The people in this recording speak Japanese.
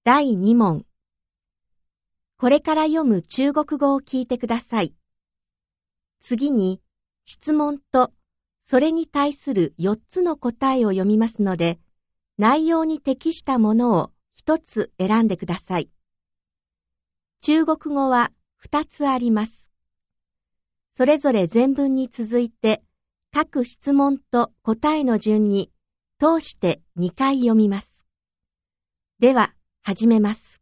第2問。これから読む中国語を聞いてください。次に質問とそれに対する4つの答えを読みますので、内容に適したものを1つ選んでください。中国語は2つあります。それぞれ全文に続いて各質問と答えの順に通して2回読みます。では、始めます。